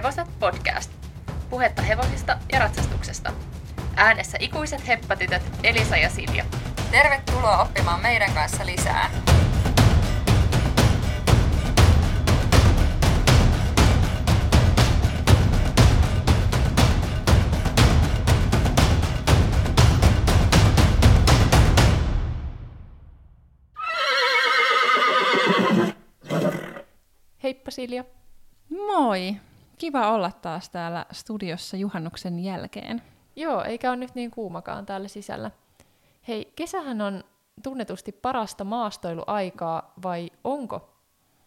Hevoset podcast. Puhetta hevosista ja ratsastuksesta. Äänessä ikuiset heppatytöt Elisa ja Silja. Tervetuloa oppimaan meidän kanssa lisää. Heippa Silja. Moi! Kiva olla taas täällä studiossa juhannuksen jälkeen. Joo, eikä ole nyt niin kuumakaan täällä sisällä. Hei, kesähän on tunnetusti parasta maastoiluaikaa, vai onko?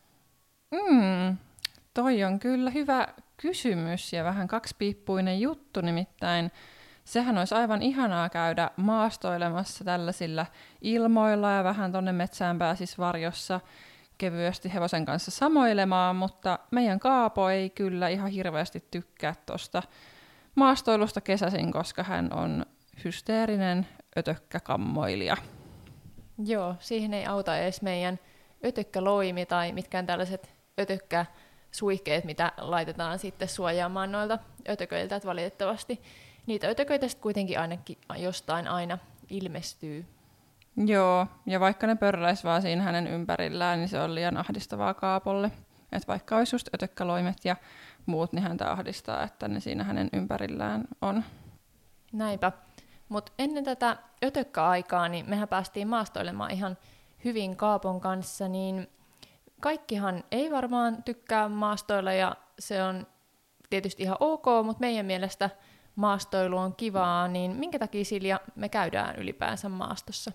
Toi on kyllä hyvä kysymys ja vähän kaksipiippuinen juttu, nimittäin sehän olisi aivan ihanaa käydä maastoilemassa tällaisilla ilmoilla ja vähän tonne metsään pääsis varjossa kevyesti hevosen kanssa samoilemaan, mutta meidän Kaapo ei kyllä ihan hirveästi tykkää tuosta maastoilusta kesäisin, koska hän on hysteerinen ötökkäkammoilija. Joo, siihen ei auta edes meidän ötökkäloimi tai mitkään tällaiset ötökkäsuihkeet, mitä laitetaan sitten suojaamaan noilta ötököiltä, että valitettavasti niitä ötököitä sitten kuitenkin ainakin jostain aina ilmestyy. Joo, ja vaikka ne pörräisi vaan siinä hänen ympärillään, niin se on liian ahdistavaa Kaapolle. Että vaikka olisi just ötökkäloimet ja muut, niin häntä ahdistaa, että ne siinä hänen ympärillään on. Näinpä. Mutta ennen tätä ötökkäaikaa, niin mehän päästiin maastoilemaan ihan hyvin Kaapon kanssa, niin kaikkihan ei varmaan tykkää maastoilla, ja se on tietysti ihan ok, mutta meidän mielestä maastoilu on kivaa, niin minkä takia Silja me käydään ylipäänsä maastossa?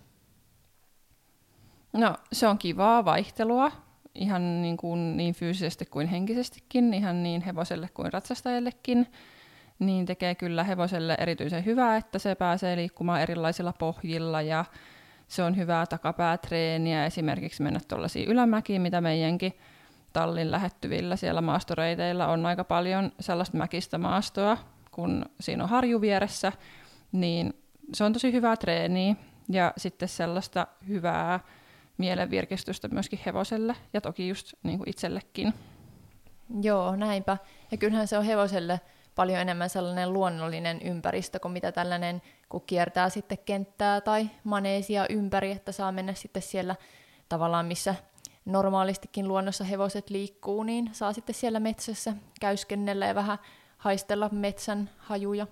No, se on kivaa vaihtelua, ihan niin fyysisesti kuin henkisestikin, ihan niin hevoselle kuin ratsastajallekin. Niin tekee kyllä hevoselle erityisen hyvää, että se pääsee liikkumaan erilaisilla pohjilla ja se on hyvää takapäätreeniä, esimerkiksi mennä tuollaisiin ylämäkiin, mitä meidänkin tallin lähettyvillä siellä maastoreiteillä on aika paljon sellaista mäkistä maastoa, kun siinä on harju vieressä, niin se on tosi hyvää treeniä ja sitten sellaista hyvää mielenvirkistystä myöskin hevoselle ja toki just niin kuin itsellekin. Joo, näinpä. Ja kyllähän se on hevoselle paljon enemmän sellainen luonnollinen ympäristö kuin mitä tällainen, kun kiertää sitten kenttää tai maneesia ympäri, että saa mennä sitten siellä tavallaan, missä normaalistikin luonnossa hevoset liikkuu, niin saa sitten siellä metsässä käyskennellä ja vähän haistella metsän hajuja.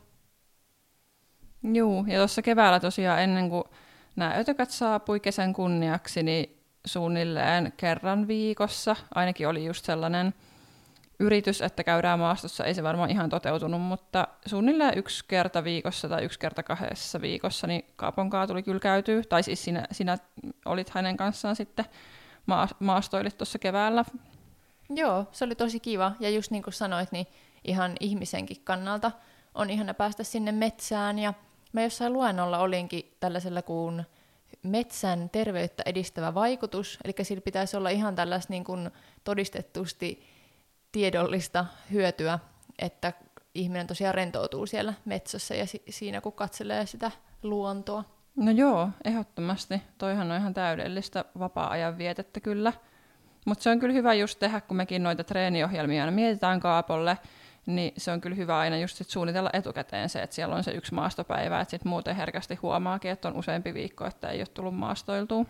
Joo, ja tuossa keväällä tosiaan ennen kuin nämä ötökät saapui kesän kunniaksi, niin suunnilleen kerran viikossa, ainakin oli just sellainen yritys, että käydään maastossa, ei se varmaan ihan toteutunut, mutta suunnilleen 1 kerta viikossa tai 1 kerta 2 viikossa, niin Kaaponkaa tuli kyllä käytyä, tai siis sinä olit hänen kanssaan sitten maastoilit tuossa keväällä. Joo, se oli tosi kiva, ja just niin kuin sanoit, niin ihan ihmisenkin kannalta on ihana päästä sinne metsään, ja mä jossain luennolla olinkin tällaisella kuin metsän terveyttä edistävä vaikutus, eli sillä pitäisi olla ihan tällaista niin kuin todistettusti tiedollista hyötyä, että ihminen tosiaan rentoutuu siellä metsässä ja siinä kun katselee sitä luontoa. No joo, ehdottomasti. Toihan on ihan täydellistä vapaa-ajan vietettä kyllä. Mutta se on kyllä hyvä just tehdä, kun mekin noita treeniohjelmia aina mietitään Kaapolle, niin se on kyllä hyvä aina just sit suunnitella etukäteen se, että siellä on se 1 maastopäivä, että sit muuten herkästi huomaakin, että on useampi viikko, että ei ole tullut maastoiltua.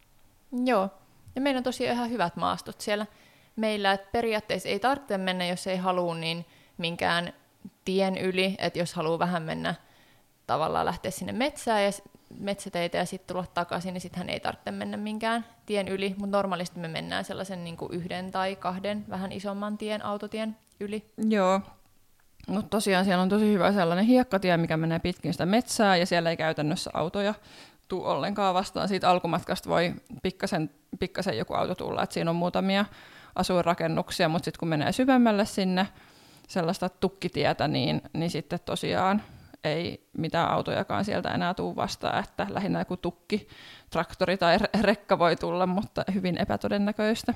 Joo, ja meillä on tosiaan ihan hyvät maastot siellä meillä, että periaatteessa ei tarvitse mennä, jos ei halua, niin minkään tien yli, että jos haluaa vähän mennä tavallaan lähteä sinne metsään ja metsäteitä ja sitten tulla takaisin, niin sittenhän ei tarvitse mennä minkään tien yli, mutta normaalisti me mennään sellaisen niin kuin 1 tai 2 vähän isomman autotien yli. Joo, mutta tosiaan siellä on tosi hyvä sellainen hiekkatie, mikä menee pitkin sitä metsää ja siellä ei käytännössä autoja tule ollenkaan vastaan. Siitä alkumatkasta voi pikkasen joku auto tulla, että siinä on muutamia asuinrakennuksia, mutta sitten kun menee syvemmälle sinne sellaista tukkitietä, niin sitten tosiaan ei mitään autojakaan sieltä enää tule vastaan, että lähinnä joku tukki, traktori tai rekka voi tulla, mutta hyvin epätodennäköistä.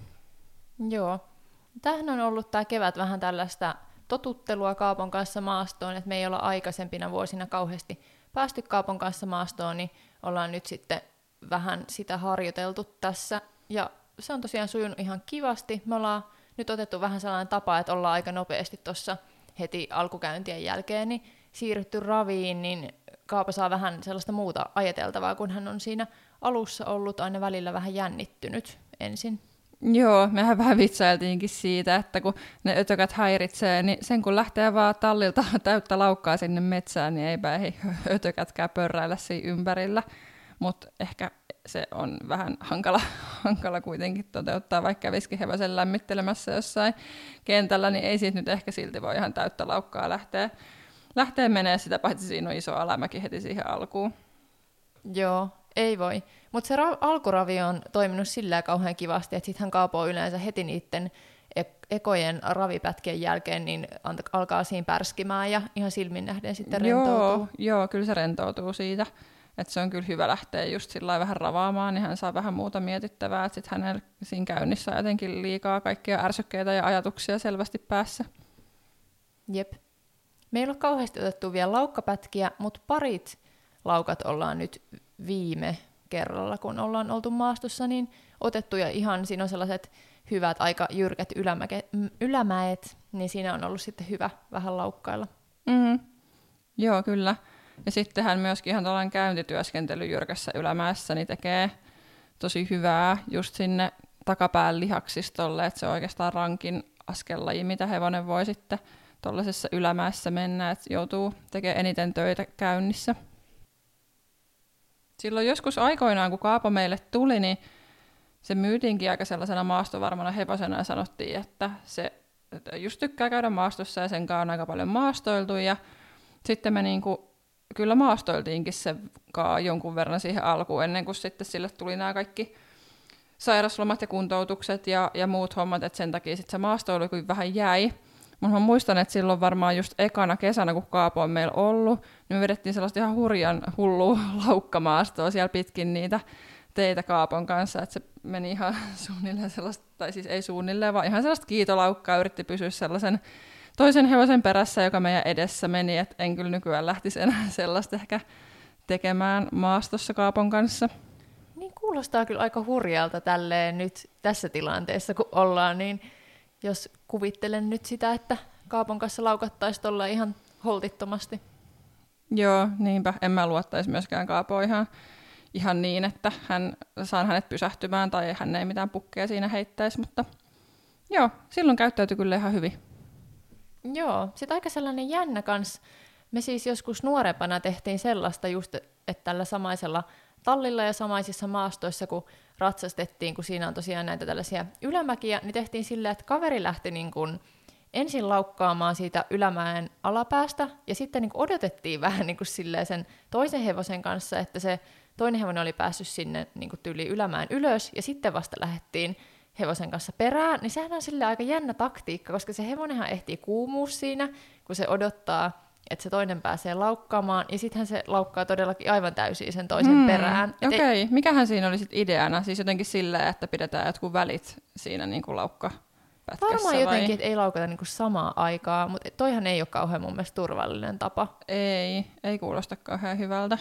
Joo. Tämähän on ollut tämä kevät vähän tällaista totuttelua Kaapon kanssa maastoon, että me ei olla aikaisempina vuosina kauheasti päästy Kaapon kanssa maastoon, niin ollaan nyt sitten vähän sitä harjoiteltu tässä. Ja se on tosiaan sujunut ihan kivasti. Me ollaan nyt otettu vähän sellainen tapa, että ollaan aika nopeasti tuossa heti alkukäyntien jälkeen niin siirrytty raviin, niin Kaapo saa vähän sellaista muuta ajateltavaa, kun hän on siinä alussa ollut aina välillä vähän jännittynyt ensin. Joo, mehän vähän vitsailtiinkin siitä, että kun ne ötökät häiritsee, niin sen kun lähtee vaan tallilta täyttä laukkaa sinne metsään, niin eipä ötökätkään pörräillä siinä ympärillä. Mutta ehkä se on vähän hankala kuitenkin toteuttaa, vaikka kävisikin hevosen lämmittelemässä jossain kentällä, niin ei siitä nyt ehkä silti voi ihan täyttä laukkaa lähteä menee sitä, paitsi siinä on iso alamäki heti siihen alkuun. Joo, ei voi. Mutta se alkuravi on toiminut sillä kauhean kivasti, että sittenhän Kaapo yleensä heti niiden ekojen ravipätkien jälkeen niin alkaa siinä pärskimään ja ihan silmin nähden sitten rentoutuu. Joo, kyllä se rentoutuu siitä. Että se on kyllä hyvä lähteä just sillä vähän ravaamaan, niin hän saa vähän muuta mietittävää, että sitten hänellä siinä käynnissä on jotenkin liikaa kaikkia ärsykkeitä ja ajatuksia selvästi päässä. Jep. Meillä on kauheasti otettu vielä laukkapätkiä, mutta parit laukat ollaan nyt viime kerralla, kun ollaan oltu maastossa, niin otettu ja ihan siinä on sellaiset hyvät, aika jyrkät ylämäet, niin siinä on ollut sitten hyvä vähän laukkailla. Mm-hmm. Joo, kyllä. Ja sittenhän myöskin ihan tällainen käyntityöskentely jyrkässä ylämäessä niin tekee tosi hyvää just sinne takapään lihaksistolle, että se on oikeastaan rankin askellaji, mitä hevonen voi sitten tuollaisessa ylämäessä mennä, että joutuu tekemään eniten töitä käynnissä. Silloin joskus aikoinaan, kun Kaapo meille tuli, niin se myytiinkin aika sellaisena maastovarmana hevosena ja sanottiin, että se just tykkää käydä maastossa ja sen kanssa on aika paljon maastoiltu ja sitten me kyllä maastoiltiinkin se jonkun verran siihen alkuun, ennen kuin sitten sille tuli nämä kaikki sairaslomat ja kuntoutukset ja muut hommat, että sen takia sitten se maastoilu kuin vähän jäi. Mutta mä muistan, että silloin varmaan just ekana kesänä, kun Kaapo on meillä ollut, niin me vedettiin sellaista ihan hurjan hullua laukkamaastoa siellä pitkin niitä teitä Kaapon kanssa, että se meni ihan suunnilleen sellaista, tai siis ei suunnilleen, vaan ihan sellaista kiitolaukkaa, yritti pysyä sellaisen toisen hevosen perässä, joka meidän edessä meni, että en kyllä nykyään lähtisi enää sellaista ehkä tekemään maastossa Kaapon kanssa. Niin kuulostaa kyllä aika hurjalta tälleen nyt tässä tilanteessa, kun ollaan, niin jos kuvittelen nyt sitä, että Kaapon kanssa laukattaisiin tuolla ihan holtittomasti. Joo, niinpä. En mä luottaisi myöskään Kaapoa ihan niin, että saan hänet pysähtymään tai hän ei mitään pukkeja siinä heittäisi, mutta joo, silloin käyttäytyi kyllä ihan hyvin. Joo, sitten aika sellainen jännä kans. Me siis joskus nuorempana tehtiin sellaista just, että tällä samaisella tallilla ja samaisissa maastoissa, kun ratsastettiin, kun siinä on tosiaan näitä tällaisia ylämäkiä, niin tehtiin silleen, että kaveri lähti niin kuin ensin laukkaamaan siitä ylämäen alapäästä, ja sitten niin kuin odotettiin vähän niin kuin silleen sen toisen hevosen kanssa, että se toinen hevonen oli päässyt sinne niin kuin tyyliin ylämäen ylös, ja sitten vasta lähdettiin hevosen kanssa perään, niin sehän on silleen aika jännä taktiikka, koska se hevonenhan ehtii kuumuus siinä, kun se odottaa, että se toinen pääsee laukkaamaan, ja sittenhän se laukkaa todellakin aivan täysin sen toisen perään. Okei. Mikähän siinä oli sitten ideana? Siis jotenkin silleen, että pidetään jotkut välit siinä niin kuin laukkapätkässä varmaan jotenkin, että ei laukata niin kuin samaa aikaa, mutta toihan ei ole kauhean mun mielestä turvallinen tapa. Ei kuulosta kauhean hyvältä.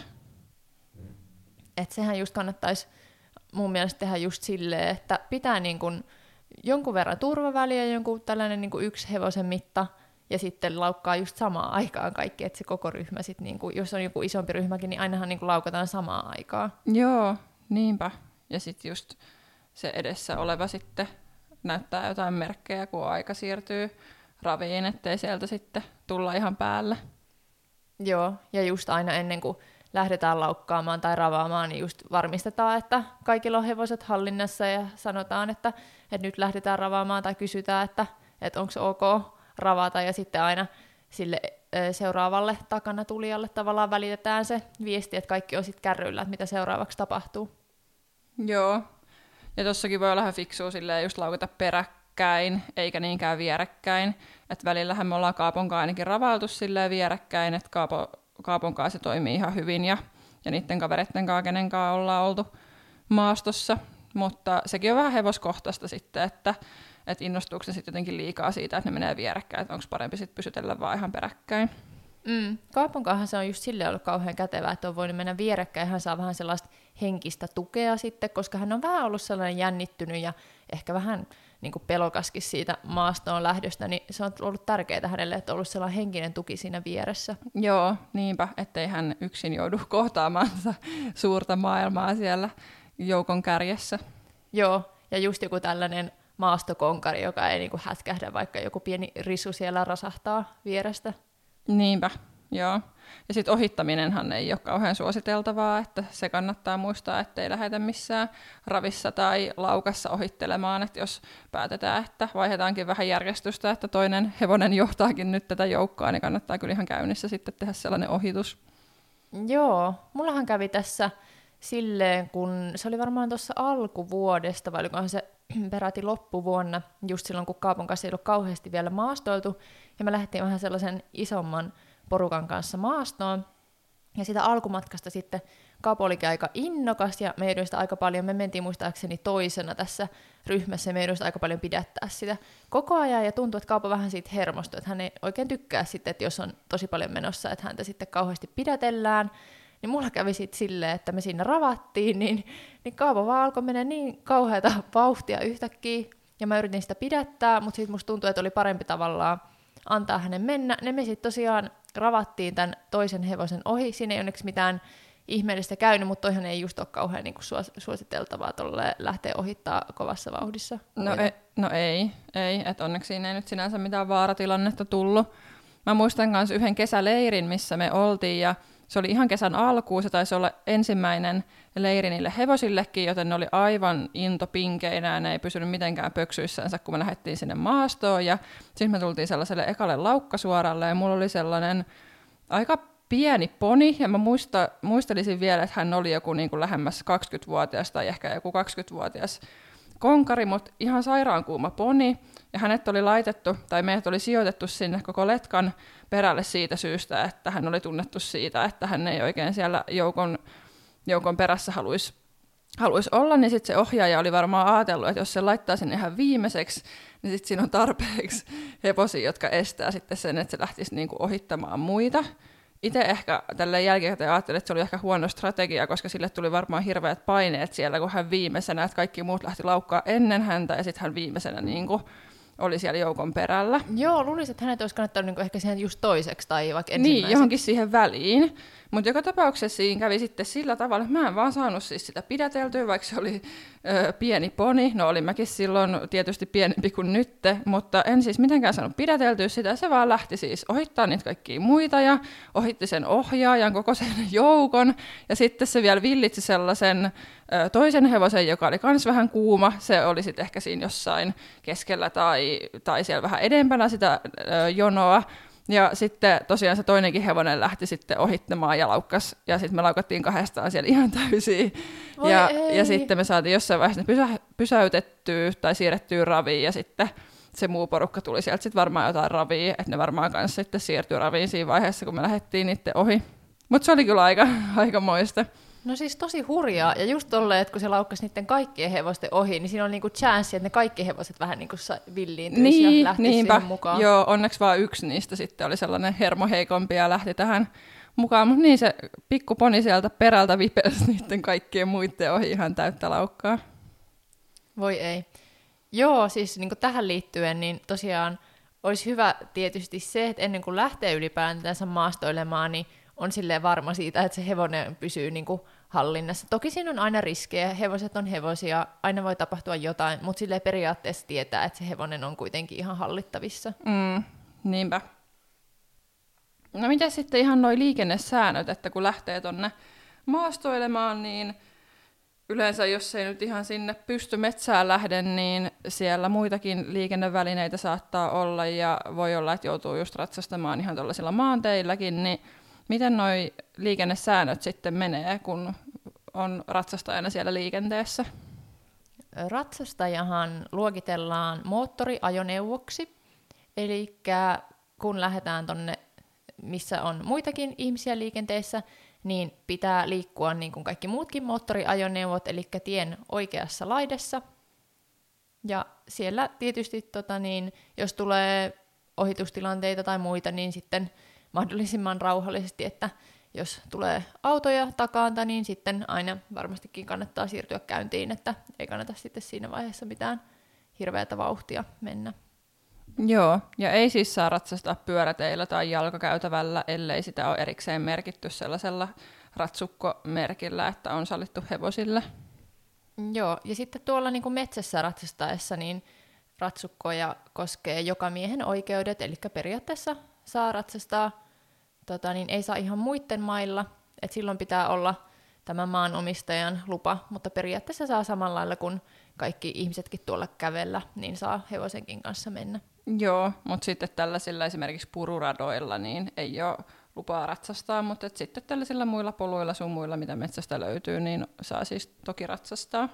Että sehän just kannattaisi mun mielestä tehdä just silleen, että pitää niin kuin jonkun verran turvaväliä, jonkun tällainen niin kuin yksi hevosen mitta, ja sitten laukkaa just samaan aikaan kaikki, että se koko ryhmä sitten, niin kuin, jos on joku isompi ryhmäkin, niin ainahan niin kuin laukataan samaan aikaan. Joo, niinpä. Ja sitten just se edessä oleva sitten näyttää jotain merkkejä, kun aika siirtyy raviin, ettei sieltä sitten tulla ihan päälle. Joo, ja just aina ennen kuin lähdetään laukkaamaan tai ravaamaan, niin just varmistetaan, että kaikilla on hevoset hallinnassa ja sanotaan, että nyt lähdetään ravaamaan tai kysytään, että onko se ok ravata ja sitten aina sille seuraavalle takana tulijalle tavallaan välitetään se viesti, että kaikki on sitten kärryillä, että mitä seuraavaksi tapahtuu. Joo, ja tossakin voi olla ihan fiksua silleen just laukata peräkkäin, eikä niinkään vierekkäin. Että välillähän me ollaan Kaapon kanssa ainakin ravailtu silleen vierekkäin, että Kaapon kanssa se toimii ihan hyvin ja niiden kavereiden kanssa, kenen kanssa ollaan oltu maastossa. Mutta sekin on vähän hevoskohtaista sitten, että innostuuko se sitten jotenkin liikaa siitä, että ne menee vierekkäin, että onko parempi sitten pysytellä vaan ihan peräkkäin. Kaapon kanssa se on just silleen ollut kauhean kätevää, että on voinut mennä vierekkäin, hän saa vähän sellaista henkistä tukea sitten, koska hän on vähän ollut sellainen jännittynyt ja ehkä vähän niin kuin pelokaskin siitä maastoon lähdöstä, niin se on ollut tärkeää hänelle, että on ollut sellainen henkinen tuki siinä vieressä. Joo, niinpä, ettei hän yksin joudu kohtaamaan suurta maailmaa siellä joukon kärjessä. Joo, ja just joku tällainen maastokonkari, joka ei niinku hätkähdä, vaikka joku pieni risu siellä rasahtaa vierestä. Niinpä, joo. Ja sitten ohittaminenhan ei ole kauhean suositeltavaa, että se kannattaa muistaa, ettei lähdetä missään ravissa tai laukassa ohittelemaan, että jos päätetään, että vaihdetaankin vähän järjestystä, että toinen hevonen johtaakin nyt tätä joukkoa, niin kannattaa kyllä ihan käynnissä sitten tehdä sellainen ohitus. Joo, mullahan kävi tässä silleen, kun se oli varmaan tuossa alkuvuodesta, vai olikohan se peräti loppuvuonna, just silloin, kun Kaapon kanssa ei ollut kauheasti vielä maastoiltu, ja me lähdettiin vähän sellaisen isomman porukan kanssa maastoon, ja sitä alkumatkasta sitten Kaapo olikin aika innokas, ja me jouduin sitä aika paljon, me mentiin muistaakseni toisena tässä ryhmässä, ja me jouduin sitä aika paljon pidättää sitä koko ajan, ja tuntui, että Kaapo vähän siitä hermostui, että hän ei oikein tykkää sitten, että jos on tosi paljon menossa, että häntä sitten kauheasti pidätellään, niin mulla kävi sitten silleen, että me siinä ravattiin, niin Kaapo vaan alkoi mennä niin kauheata vauhtia yhtäkkiä, ja mä yritin sitä pidättää, mutta sitten musta tuntui, että oli parempi tavallaan antaa hänen mennä. Ne me sitten tosiaan ravattiin tämän toisen hevosen ohi, siinä ei onneksi mitään ihmeellistä käynyt, mutta toihan ei just ole kauhean niin kuin suositeltavaa lähteä ohittaa kovassa vauhdissa. No ei, että onneksi siinä ei nyt sinänsä mitään vaaratilannetta tullut. Mä muistan myös yhden kesäleirin, missä me oltiin, ja se oli ihan kesän alkuun, se taisi olla ensimmäinen leiri niille hevosillekin, joten ne oli aivan intopinkeinä ja ne ei pysynyt mitenkään pöksyissänsä, kun me lähdettiin sinne maastoon. Ja sitten me tultiin sellaiselle ekalle laukkasuoralle ja mulla oli sellainen aika pieni poni, ja mä muistelisin vielä, että hän oli joku niin kuin lähemmäs 20-vuotias tai ehkä joku 20-vuotias konkari, mutta ihan sairaankuuma poni, ja hänet oli laitettu, tai meidät oli sijoitettu sinne koko letkan perälle siitä syystä, että hän oli tunnettu siitä, että hän ei oikein siellä joukon perässä haluaisi olla, niin sitten se ohjaaja oli varmaan ajatellut, että jos se laittaa sen ihan viimeiseksi, niin sitten siinä on tarpeeksi hevosia, jotka estää sitten sen, että se lähtisi niinku ohittamaan muita. Itse ehkä tällä jälkikäteen ajattelin, että se oli ehkä huono strategia, koska sille tuli varmaan hirveät paineet siellä, kun hän viimeisenä, että kaikki muut lähti laukkaa ennen häntä, ja sitten hän viimeisenä niinku oli siellä joukon perällä. Joo, luulisin, että hänet olisi kannattanut niinku ehkä siihen just toiseksi tai vaikka ensimmäiseksi. Niin, johonkin siihen väliin. Mutta joka tapauksessa siinä kävi sitten sillä tavalla, että mä en vaan saanut siis sitä pidäteltyä, vaikka se oli pieni poni. No olin mäkin silloin tietysti pienempi kuin nytte, mutta en siis mitenkään saanut pidäteltyä sitä. Se vaan lähti siis ohittaa niitä kaikkia muita ja ohitti sen ohjaajan koko sen joukon. Ja sitten se vielä villitsi sellaisen toisen hevosen, joka oli kans vähän kuuma. Se oli sitten ehkä siinä jossain keskellä tai siellä vähän edempänä sitä jonoa. Ja sitten tosiaan se toinenkin hevonen lähti sitten ohittamaan ja laukkas, ja sitten me laukattiin kahdestaan siellä ihan täysiä. Ja sitten me saatiin jossain vaiheessa pysäytettyä tai siirrettyä raviin, ja sitten se muu porukka tuli sieltä sitten varmaan jotain ravia, että ne varmaan kanssa sitten siirtyi raviin siinä vaiheessa, kun me lähdettiin niiden ohi. Mutta se oli kyllä aikamoista. No siis tosi hurjaa, ja just tolleen, että kun se laukkasi niiden kaikkien hevosten ohi, niin siinä on niinku chanssi, että ne kaikki hevoset vähän niinku villiintyisi ja lähtisi siihen mukaan. Joo, onneksi vaan yksi niistä sitten oli sellainen hermoheikompi ja lähti tähän mukaan, mutta niin se pikkuponi sieltä perältä vipelsi niiden kaikkien muiden ohi ihan täyttä laukkaa. Voi ei. Joo, siis niinku tähän liittyen, niin tosiaan olisi hyvä tietysti se, että ennen kuin lähtee ylipäätänsä maastoilemaan, niin on silleen varma siitä, että se hevonen pysyy niinku hallinnassa. Toki siinä on aina riskejä, hevoset on hevosia, aina voi tapahtua jotain, mutta silleen periaatteessa tietää, että se hevonen on kuitenkin ihan hallittavissa. Niinpä. No mitä sitten ihan noi liikennesäännöt, että kun lähtee tonne maastoilemaan, niin yleensä jos ei nyt ihan sinne pysty metsään lähde, niin siellä muitakin liikennevälineitä saattaa olla, ja voi olla, että joutuu just ratsastamaan ihan tuollaisilla maanteilläkin, niin miten noi liikennesäännöt sitten menee, kun on ratsastajana siellä liikenteessä? Ratsastajahan luokitellaan moottoriajoneuvoksi, eli kun lähdetään tonne, missä on muitakin ihmisiä liikenteessä, niin pitää liikkua niin kuin kaikki muutkin moottoriajoneuvot, eli tien oikeassa laidassa. Ja siellä tietysti, jos tulee ohitustilanteita tai muita, niin sitten mahdollisimman rauhallisesti, että jos tulee autoja takaanta, niin sitten aina varmastikin kannattaa siirtyä käyntiin, että ei kannata sitten siinä vaiheessa mitään hirveätä vauhtia mennä. Joo, ja ei siis saa ratsastaa pyöräteillä tai jalkakäytävällä, ellei sitä ole erikseen merkitty sellaisella ratsukkomerkillä, että on sallittu hevosille. Joo, ja sitten tuolla niin kuin metsässä ratsastaessa niin ratsukkoja koskee jokamiehen oikeudet, eli periaatteessa saa ratsastaa, niin ei saa ihan muiden mailla, että silloin pitää olla tämä maanomistajan lupa, mutta periaatteessa saa samalla lailla kuin kaikki ihmisetkin tuolla kävellä, niin saa hevosenkin kanssa mennä. Joo, mutta sitten tällaisilla esimerkiksi pururadoilla niin ei ole lupaa ratsastaa, mutta sitten tällaisilla muilla poluilla sun muilla, mitä metsästä löytyy, niin saa siis toki ratsastaa.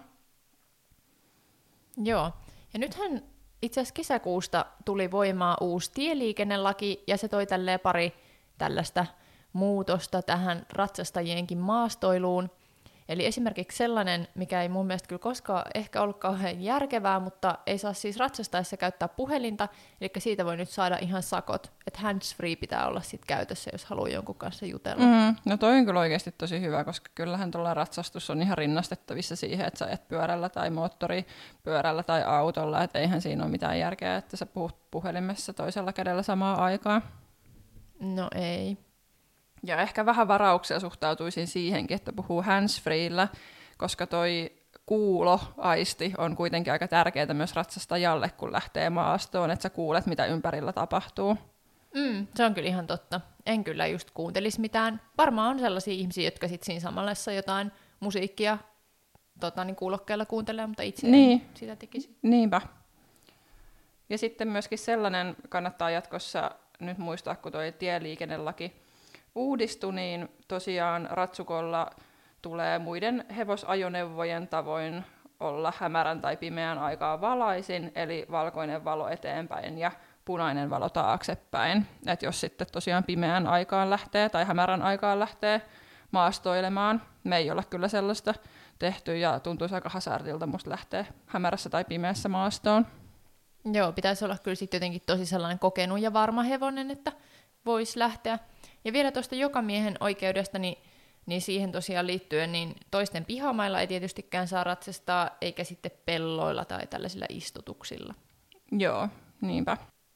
Joo, ja nythän itse asiassa kesäkuusta tuli voimaan uusi tieliikennelaki, ja se toi tälleen pari tällaista muutosta tähän ratsastajienkin maastoiluun. Eli esimerkiksi sellainen, mikä ei mun mielestä kyllä koskaan ehkä ollut kauhean järkevää, mutta ei saa siis ratsastaessa käyttää puhelinta, eli siitä voi nyt saada ihan sakot, että hands-free pitää olla sit käytössä, jos haluaa jonkun kanssa jutella. No toi on kyllä oikeasti tosi hyvä, koska kyllähän tuolla ratsastus on ihan rinnastettavissa siihen, että sä et pyörällä tai moottoripyörällä tai autolla, että eihän siinä ole mitään järkeä, että sä puhut puhelimessa toisella kädellä samaan aikaan. No ei. Ja ehkä vähän varauksia suhtautuisin siihenkin, että puhuu handsfreellä, koska toi kuuloaisti on kuitenkin aika tärkeää myös ratsastajalle, kun lähtee maastoon, että sä kuulet, mitä ympärillä tapahtuu. Se on kyllä ihan totta. En kyllä just kuuntelisi mitään. Varmaan on sellaisia ihmisiä, jotka sitten siinä samalla jotain musiikkia niin kuulokkeella kuuntelee, mutta itse niin. en sitä tekisi. Niinpä. Ja sitten myöskin sellainen kannattaa jatkossa nyt muistaa, kun tuo tieliikennelaki uudistui, niin tosiaan ratsukolla tulee muiden hevosajoneuvojen tavoin olla hämärän tai pimeän aikaa valaisin, eli valkoinen valo eteenpäin ja punainen valo taaksepäin. Et jos sitten tosiaan pimeän aikaan lähtee tai hämärän aikaan lähtee maastoilemaan, me ei olla kyllä sellaista tehty ja tuntuisi aika hasardilta musta lähteä hämärässä tai pimeässä maastoon. Joo, pitäisi olla kyllä sitten jotenkin tosi sellainen kokenut ja varma hevonen, että voisi lähteä. Ja vielä tuosta jokamiehen oikeudesta, niin siihen tosiaan liittyen, niin toisten pihamailla ei tietystikään saa ratsastaa, eikä sitten pelloilla tai tällaisilla istutuksilla. Joo, niinpä.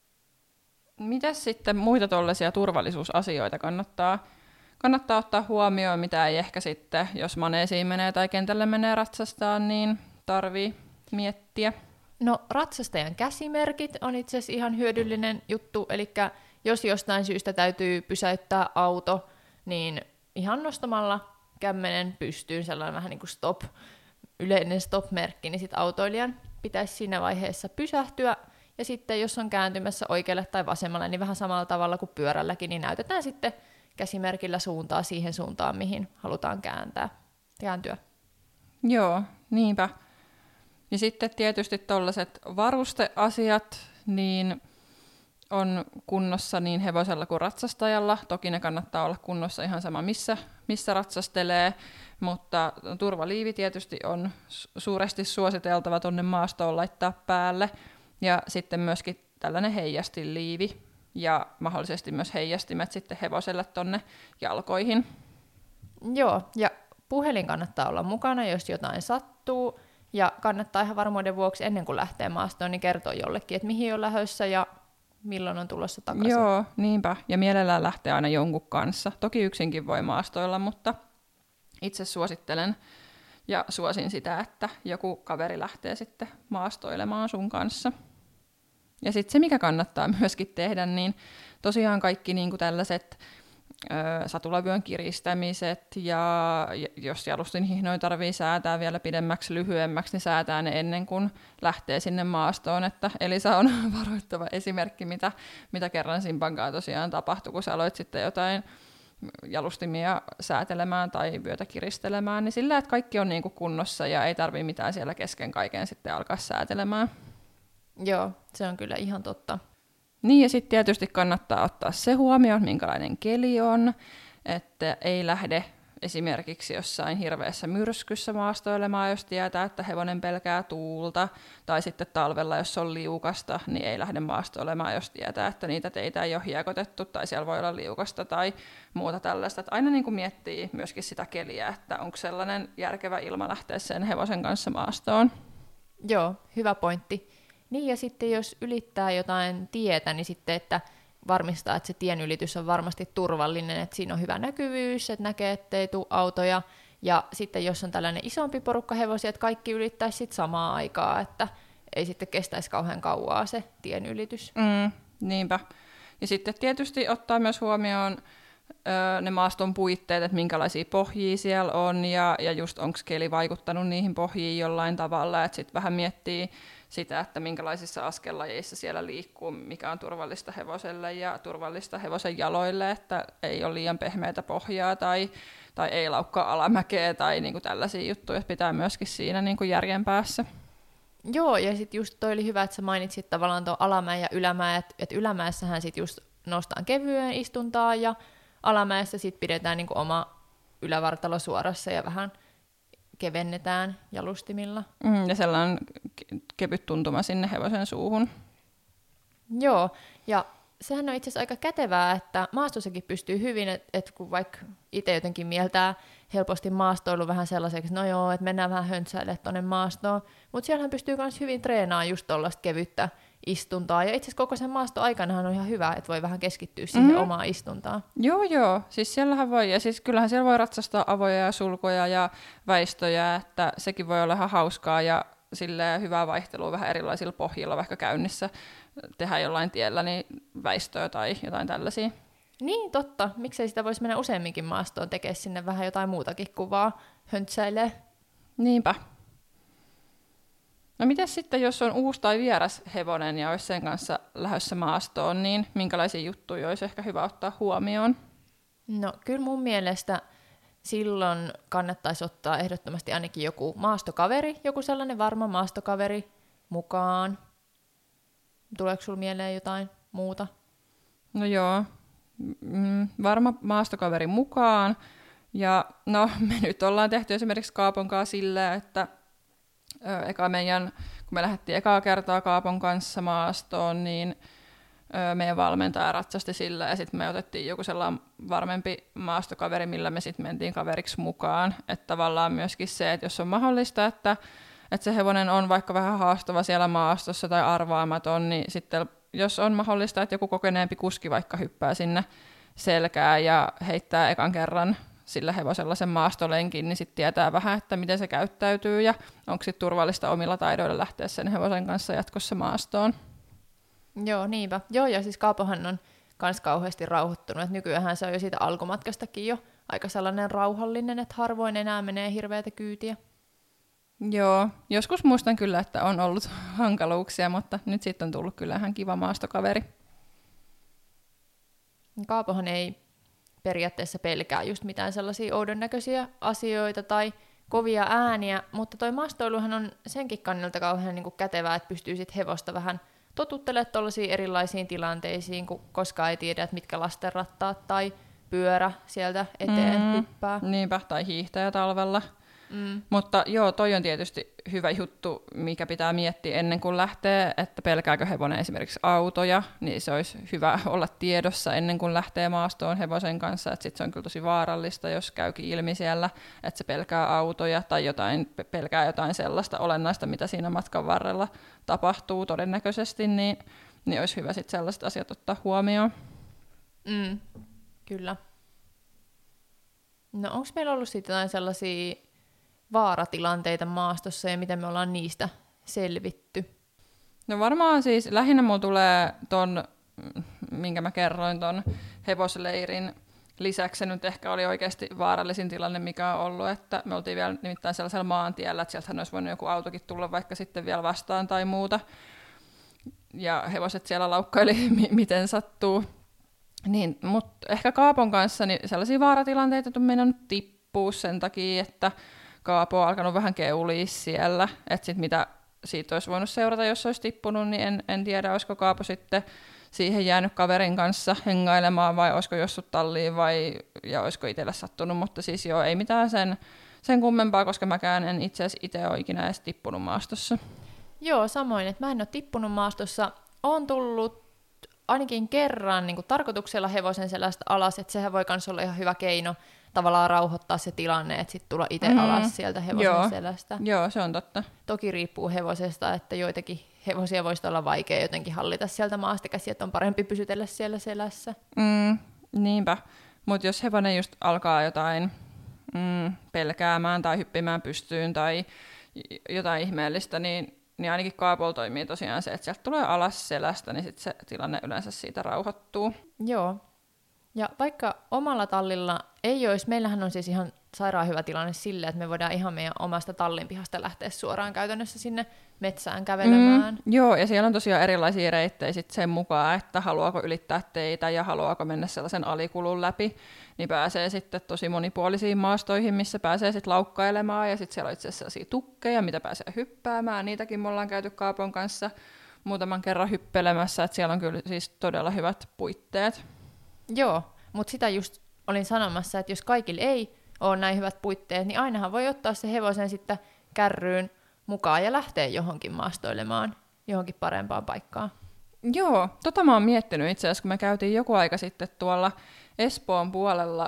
Mitäs sitten muita tuollaisia turvallisuusasioita kannattaa ottaa huomioon, mitä ei ehkä sitten, jos maneesiin menee tai kentälle menee ratsastaa, niin tarvii miettiä? No ratsastajan käsimerkit on itse asiassa ihan hyödyllinen juttu, eli jos jostain syystä täytyy pysäyttää auto, niin ihan nostamalla kämmenen pystyyn sellainen vähän niin kuin yleinen stop-merkki, niin sitten autoilijan pitäisi siinä vaiheessa pysähtyä. Ja sitten jos on kääntymässä oikealle tai vasemmalle, niin vähän samalla tavalla kuin pyörälläkin, niin näytetään sitten käsimerkillä suuntaa siihen suuntaan, mihin halutaan kääntyä. Joo, niinpä. Ja sitten tietysti tuollaiset varusteasiat, niin on kunnossa niin hevosella kuin ratsastajalla. Toki ne kannattaa olla kunnossa ihan sama missä ratsastelee, mutta turvaliivi tietysti on suuresti suositeltava tuonne maastoon laittaa päälle. Ja sitten myöskin tällainen heijastinliivi ja mahdollisesti myös heijastimet sitten hevoselle tuonne jalkoihin. Joo, ja puhelin kannattaa olla mukana, jos jotain sattuu. Ja kannattaa ihan varmuuden vuoksi ennen kuin lähtee maastoon, niin kertoa jollekin, että mihin on lähdössä ja milloin on tulossa takaisin. Joo, niinpä. Ja mielellään lähtee aina jonkun kanssa. Toki yksinkin voi maastoilla, mutta itse suosittelen ja suosin sitä, että joku kaveri lähtee sitten maastoilemaan sun kanssa. Ja sitten se, mikä kannattaa myöskin tehdä, niin tosiaan kaikki niinku tällaiset satulavyön kiristämiset ja jos jalostinhihnoja tarvii säätää vielä pidemmäksi, lyhyemmäksi, niin säätää ne ennen kuin lähtee sinne maastoon. Että Elisa on varoittava esimerkki, mitä kerran Simpankaan tosiaan tapahtui, kun sä aloit sitten jotain jalustimia säätelemään tai vyötä kiristelemään, niin sillä, että kaikki on niinku kunnossa ja ei tarvitse mitään siellä kesken kaiken sitten alkaa säätelemään. Joo, se on kyllä ihan totta. Niin ja sitten tietysti kannattaa ottaa se huomioon, minkälainen keli on, että ei lähde esimerkiksi jossain hirveässä myrskyssä maastoilemaan, jos tietää, että hevonen pelkää tuulta, tai sitten talvella, jos on liukasta, niin ei lähde maastoilemaan, jos tietää, että niitä teitä ei ole hiekotettu, tai siellä voi olla liukasta tai muuta tällaista. Että aina niin kuin miettii myöskin sitä keliä, että onko sellainen järkevä ilma lähteä sen hevosen kanssa maastoon. Joo, hyvä pointti. Niin, ja sitten jos ylittää jotain tietä, niin sitten, että varmistaa, että se tien ylitys on varmasti turvallinen, että siinä on hyvä näkyvyys, että näkee, ettei tule autoja. Ja sitten jos on tällainen isompi porukka hevosia, että kaikki ylittäisi sitten samaa aikaa, että ei sitten kestäisi kauhean kauaa se tien ylitys. Niinpä. Ja sitten tietysti ottaa myös huomioon ne maaston puitteet, että minkälaisia pohjia siellä on ja just onko keli vaikuttanut niihin pohjiin jollain tavalla, että sitten vähän miettii sitä, että minkälaisissa askellajeissa siellä liikkuu, mikä on turvallista hevoselle ja turvallista hevosen jaloille, että ei ole liian pehmeätä pohjaa tai ei laukkaa alamäkeä tai niinku tällaisia juttuja, pitää myöskin siinä niinku järjen päässä. Joo, ja sitten just toi oli hyvä, että sä mainitsit tavallaan tuon alamäen ja ylämäen, että ylämäessähän sitten just nostaan kevyen istuntaa ja alamäessä sitten pidetään niinku oma ylävartalo suorassa ja vähän kevennetään jalustimilla. Ja sellainen kevyt tuntuma sinne hevosen suuhun. Joo, ja sehän on itse asiassa aika kätevää, että maastossakin pystyy hyvin, että kun vaikka itse jotenkin mieltää helposti maastoilu vähän sellaiseksi, no joo, että mennään vähän höntsäille tuonne maastoon, mutta siellähän pystyy myös hyvin treenaamaan just tuollaista kevyttä istuntaa, ja itse asiassa koko sen maaston aikanahan on ihan hyvä, että voi vähän keskittyä siihen omaan istuntaan. Joo, siis siellähän voi, ja siis kyllähän siellä voi ratsastaa avoja ja sulkoja ja väistöjä, että sekin voi olla ihan hauskaa ja silleen hyvää vaihtelua vähän erilaisilla pohjilla, vaikka käynnissä tehdään jollain tiellä niin väistöä tai jotain tällaisia. Niin, totta. Miksei sitä voisi mennä useamminkin maastoon tekemään sinne vähän jotain muutakin kuvaa höntsäilee. Niinpä. No mites sitten, jos on uusi tai vieras hevonen ja olisi sen kanssa lähdössä maastoon, niin minkälaisia juttuja olisi ehkä hyvä ottaa huomioon? No kyllä mun mielestä silloin kannattaisi ottaa ehdottomasti ainakin joku maastokaveri, joku sellainen varma maastokaveri mukaan. Tuleeko sulla mieleen jotain muuta? No joo, varma maastokaveri mukaan. Ja no me nyt ollaan tehty esimerkiksi Kaapon kanssa silleen, että kun me lähdettiin ekaa kertaa Kaapon kanssa maastoon, niin meidän valmentaja ratsasti sillä ja sitten me otettiin joku sellainen varmempi maastokaveri, millä me sitten mentiin kaveriksi mukaan. Että tavallaan myöskin se, että jos on mahdollista, että se hevonen on vaikka vähän haastava siellä maastossa tai arvaamaton, niin sitten jos on mahdollista, että joku kokeneempi kuski vaikka hyppää sinne selkään ja heittää ekan kerran sillä hevosella sen maastolenkin, niin sitten tietää vähän, että miten se käyttäytyy ja onko sitten turvallista omilla taidoilla lähteä sen hevosen kanssa jatkossa maastoon. Joo, niinpä. Joo, ja siis Kaapohan on kans kauheasti rauhoittunut, että nykyään se on jo siitä alkumatkastakin jo aika sellainen rauhallinen, että harvoin enää menee hirveätä kyytiä. Joo, joskus muistan kyllä, että on ollut hankaluuksia, mutta nyt sitten on tullut kyllä ihan kiva maastokaveri. Kaapohan ei periaatteessa pelkää just mitään sellaisia oudon näköisiä asioita tai kovia ääniä, mutta toi maastoiluhan on senkin kannalta kauhean niin kuin kätevää, että pystyy sit hevosta vähän totuttelemaan tuollaisiin erilaisiin tilanteisiin, kun koskaan ei tiedä, että mitkä lastenrattaat tai pyörä sieltä eteen hyppää. Niinpä, tai hiihtäjä talvella. Mutta joo, toi on tietysti hyvä juttu, mikä pitää miettiä ennen kuin lähtee, että pelkääkö hevonen esimerkiksi autoja, niin se olisi hyvä olla tiedossa ennen kuin lähtee maastoon hevosen kanssa, että sit se on kyllä tosi vaarallista, jos käykin ilmi siellä, että se pelkää autoja tai pelkää jotain sellaista olennaista, mitä siinä matkan varrella tapahtuu todennäköisesti, niin olisi hyvä sitten sellaiset asiat ottaa huomioon. Kyllä. No onko meillä ollut sitten jotain sellaisia vaaratilanteita maastossa ja miten me ollaan niistä selvitty? No varmaan siis lähinnä mulla tulee ton, minkä mä kerroin, ton hevosleirin lisäksi se nyt ehkä oli oikeasti vaarallisin tilanne, mikä on ollut, että me oltiin vielä nimittäin sellaisella maantiellä, että sieltähän olisi voinut joku autokin tulla vaikka sitten vielä vastaan tai muuta. Ja hevoset siellä laukkaili miten sattuu. Niin, mutta ehkä Kaapon kanssa niin sellaisia vaaratilanteita on meinannut tippua sen takia, että Kaapo on alkanut vähän keulia siellä, että sit mitä siitä olisi voinut seurata, jos olisi tippunut, niin en tiedä, olisiko Kaapo sitten siihen jäänyt kaverin kanssa hengailemaan vai olisiko jossut talliin ja olisiko itselle sattunut, mutta siis joo, ei mitään sen kummempaa, koska mäkään en itse asiassa itse ole ikinä edes tippunut maastossa. Joo, samoin, että mä en ole tippunut maastossa, on tullut ainakin kerran niin kuin tarkoituksella hevosen selästä alas, että sehän voi myös olla ihan hyvä keino tavallaan rauhoittaa se tilanne, että sitten tulla itse alas sieltä hevosen selästä. Joo, se on totta. Toki riippuu hevosesta, että joitakin hevosia voisi olla vaikea jotenkin hallita sieltä maasta käsi, että on parempi pysytellä siellä selässä. Niinpä, mutta jos hevonen just alkaa jotain pelkäämään tai hyppimään pystyyn tai jotain ihmeellistä, niin ainakin Kaapolla toimii tosiaan se, että sieltä tulee alas selästä, niin sit se tilanne yleensä siitä rauhoittuu. Joo. Ja vaikka omalla tallilla ei olisi, meillähän on siis ihan sairaan hyvä tilanne sille, että me voidaan ihan meidän omasta tallin pihasta lähteä suoraan käytännössä sinne metsään kävelemään. Joo, ja siellä on tosiaan erilaisia reittejä sit sen mukaan, että haluaako ylittää teitä ja haluaako mennä sellaisen alikulun läpi, niin pääsee sitten tosi monipuolisiin maastoihin, missä pääsee sitten laukkailemaan, ja sitten siellä on itse asiassa sellaisia tukkeja, mitä pääsee hyppäämään, niitäkin me ollaan käyty Kaapon kanssa muutaman kerran hyppelemässä, että siellä on kyllä siis todella hyvät puitteet. Joo, mutta sitä just olin sanomassa, että jos kaikille ei ole näin hyvät puitteet, niin ainahan voi ottaa se hevosen sitten kärryyn mukaan ja lähteä johonkin maastoilemaan, johonkin parempaan paikkaan. Joo, mä oon miettinyt itse asiassa, kun me käytiin joku aika sitten tuolla Espoon puolella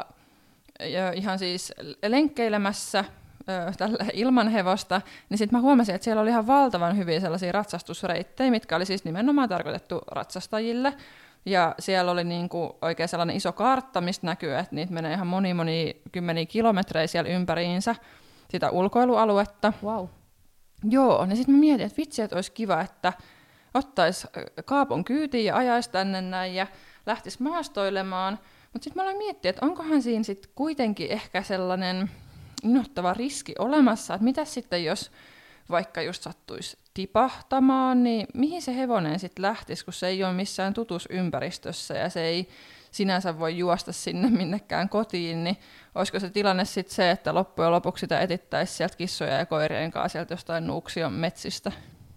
ihan siis lenkkeilemässä tällä ilman hevosta, niin sitten mä huomasin, että siellä oli ihan valtavan hyviä sellaisia ratsastusreittejä, mitkä oli siis nimenomaan tarkoitettu ratsastajille. Ja siellä oli niinku oikein sellainen iso kartta, mistä näkyy, että niitä menee ihan moni kymmeniä kilometrejä siellä ympäriinsä sitä ulkoilualuetta. Wow. Joo, niin sitten mä mietin, että vitsi, että olisi kiva, että ottaisi Kaapon kyytiin ja ajaisi tänne näin ja lähtisi maastoilemaan. Mutta sitten mä aloin miettiä, että onkohan siinä sitten kuitenkin ehkä sellainen innoittava riski olemassa, että mitä sitten jos vaikka just sattuisi tipahtamaan, niin mihin se hevonen sitten lähtisi, kun se ei ole missään tutussa ympäristössä ja se ei sinänsä voi juosta sinne minnekään kotiin, niin olisiko se tilanne sitten se, että loppujen lopuksi sitä etittäisi sieltä kissoja ja koirien kanssa sieltä jostain Nuuksion metsistä?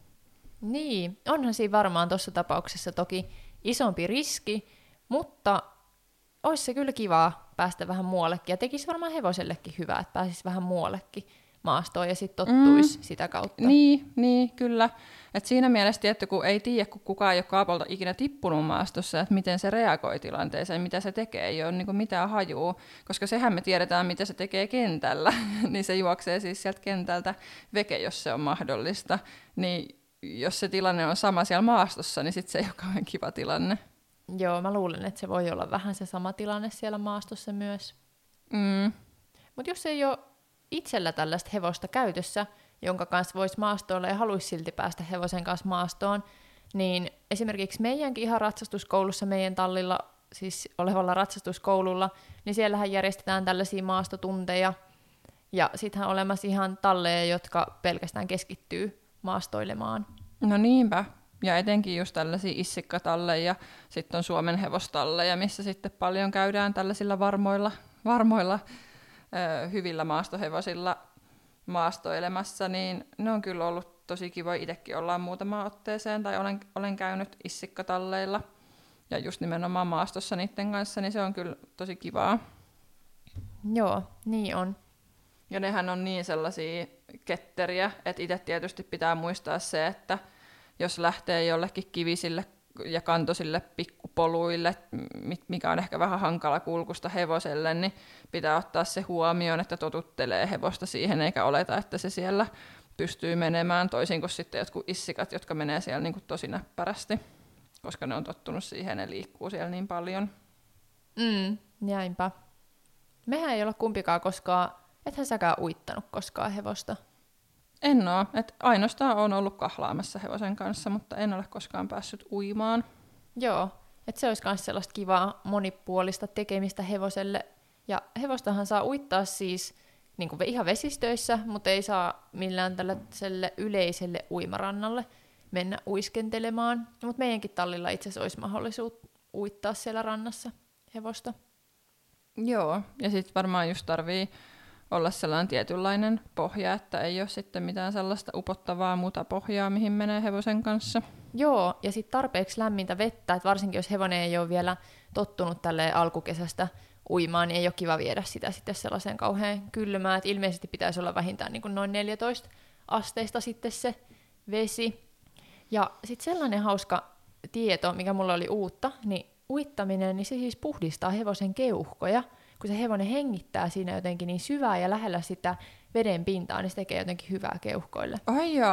Niin, onhan siinä varmaan tuossa tapauksessa toki isompi riski, mutta olisi se kyllä kivaa päästä vähän muuallekin ja tekisi varmaan hevosellekin hyvää, että pääsisi vähän muuallekin maastoon ja sitten tottuisi sitä kautta. Niin, kyllä. Et siinä mielessä tietty, kun ei tiedä, kun kukaan ei ole Kaapolta ikinä tippunut maastossa, että miten se reagoi tilanteeseen, mitä se tekee, ei ole niin mitään hajua, koska sehän me tiedetään, mitä se tekee kentällä, niin se juoksee siis sieltä kentältä veke, jos se on mahdollista. Niin jos se tilanne on sama siellä maastossa, niin sitten se ei ole kauhean kiva tilanne. Joo, mä luulen, että se voi olla vähän se sama tilanne siellä maastossa myös. Mutta jos ei ole itsellä tällaista hevosta käytössä, jonka kanssa voisi maastoilla ja haluaisi silti päästä hevosen kanssa maastoon, niin esimerkiksi meidänkin ihan ratsastuskoulussa, meidän tallilla, siis olevalla ratsastuskoululla, niin siellähän järjestetään tällaisia maastotunteja, ja sittenhän on olemassa ihan talleja, jotka pelkästään keskittyy maastoilemaan. No niinpä, ja etenkin just tällaisia issikkatalleja, ja sitten on Suomen hevostalleja, missä sitten paljon käydään tällaisilla varmoilla hyvillä maastohevosilla maastoilemassa, niin ne on kyllä ollut tosi kiva. Itsekin ollaan muutamaan otteeseen, tai olen käynyt issikkatalleilla, ja just nimenomaan maastossa niiden kanssa, niin se on kyllä tosi kivaa. Joo, niin on. Ja nehän on niin sellaisia ketteriä, että itse tietysti pitää muistaa se, että jos lähtee jollekin kivisille ja kantoisille pikkupoluille, mikä on ehkä vähän hankala kulkusta hevoselle, niin pitää ottaa se huomioon, että totuttelee hevosta siihen, eikä oleta, että se siellä pystyy menemään, toisin kuin sitten jotkut issikat, jotka menee siellä niin kuin tosi näppärästi, koska ne on tottunut siihen, ne liikkuu siellä niin paljon. Näinpä. Mehän ei olla kumpikaan koskaan, ethän säkään uittanut koskaan hevosta. En oo, että ainoastaan on ollut kahlaamassa hevosen kanssa, mutta en ole koskaan päässyt uimaan. Joo, että se olisi myös sellaista kivaa monipuolista tekemistä hevoselle. Ja hevostahan saa uittaa siis niin kuin ihan vesistöissä, mutta ei saa millään tällaiselle yleiselle uimarannalle mennä uiskentelemaan. Mutta meidänkin tallilla itse asiassa olisi mahdollisuus uittaa siellä rannassa hevosta. Joo, ja sitten varmaan just tarvii olla sellainen tietynlainen pohja, että ei ole sitten mitään sellaista upottavaa muuta pohjaa, mihin menee hevosen kanssa. Joo, ja sitten tarpeeksi lämmintä vettä, että varsinkin jos hevonen ei ole vielä tottunut tälleen alkukesästä uimaan, niin ei ole kiva viedä sitä sitten sellaiseen kauhean kylmään, että ilmeisesti pitäisi olla vähintään niin kuin noin 14 asteista sitten se vesi. Ja sitten sellainen hauska tieto, mikä mulla oli uutta, niin uittaminen, niin se siis puhdistaa hevosen keuhkoja, kun se hevonen hengittää siinä jotenkin niin syvää ja lähellä sitä veden pintaa, niin se tekee jotenkin hyvää keuhkoille. Ai jaa,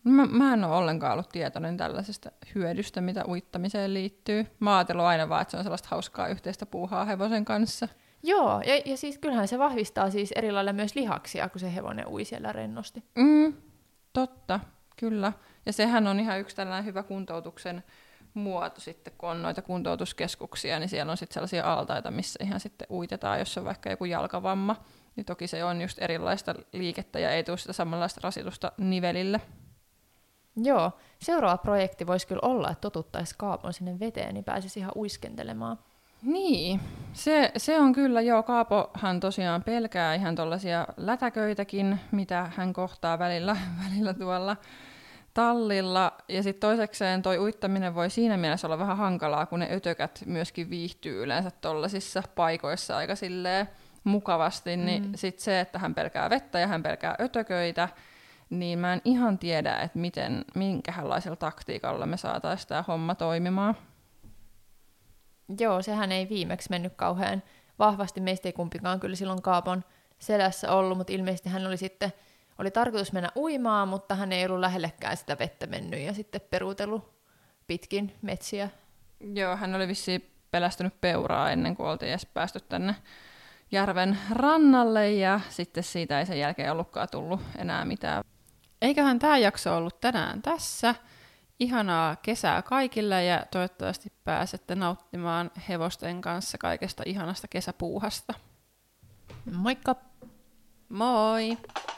Mä en ole ollenkaan ollut tietoinen tällaisesta hyödystä, mitä uittamiseen liittyy. Mä ajatellut aina vaan, että se on sellaista hauskaa yhteistä puuhaa hevosen kanssa. Joo, ja siis kyllähän se vahvistaa siis eri lailla myös lihaksia, kun se hevonen ui siellä rennosti. Totta, kyllä. Ja sehän on ihan yksi tällainen hyvä kuntoutuksen muoto sitten, kun on noita kuntoutuskeskuksia, niin siellä on sitten sellaisia altaita, missä ihan sitten uitetaan, jos on vaikka joku jalkavamma. Niin toki se on just erilaista liikettä ja ei tule sitä samanlaista rasitusta nivelille. Joo, seuraava projekti voisi kyllä olla, että totuttaisiin Kaapon sinne veteen, niin pääsisi ihan uiskentelemaan. Niin, se on kyllä, joo, Kaapohan tosiaan pelkää ihan tuollaisia lätäköitäkin, mitä hän kohtaa välillä tuolla tallilla. Ja sitten toisekseen toi uittaminen voi siinä mielessä olla vähän hankalaa, kun ne ötökät myöskin viihtyy yleensä tuollaisissa paikoissa aika silleen mukavasti. Niin sitten se, että hän pelkää vettä ja hän pelkää ötököitä, niin mä en ihan tiedä, että minkälaisella taktiikalla me saataisiin tämä homma toimimaan. Joo, sehän ei viimeksi mennyt kauhean vahvasti. Meistä ei kumpikaan kyllä silloin Kaapon selässä ollut, mutta ilmeisesti hän oli tarkoitus mennä uimaan, mutta hän ei ollut lähellekään sitä vettä mennyt ja sitten peruutellut pitkin metsiä. Joo, hän oli vissiin pelästynyt peuraa ennen kuin oltiin edes päästy tänne järven rannalle ja sitten siitä ei sen jälkeen ollutkaan tullut enää mitään. Eiköhän tämä jakso ollut tänään tässä. Ihanaa kesää kaikille ja toivottavasti pääsette nauttimaan hevosten kanssa kaikesta ihanasta kesäpuuhasta. Moikka! Moi!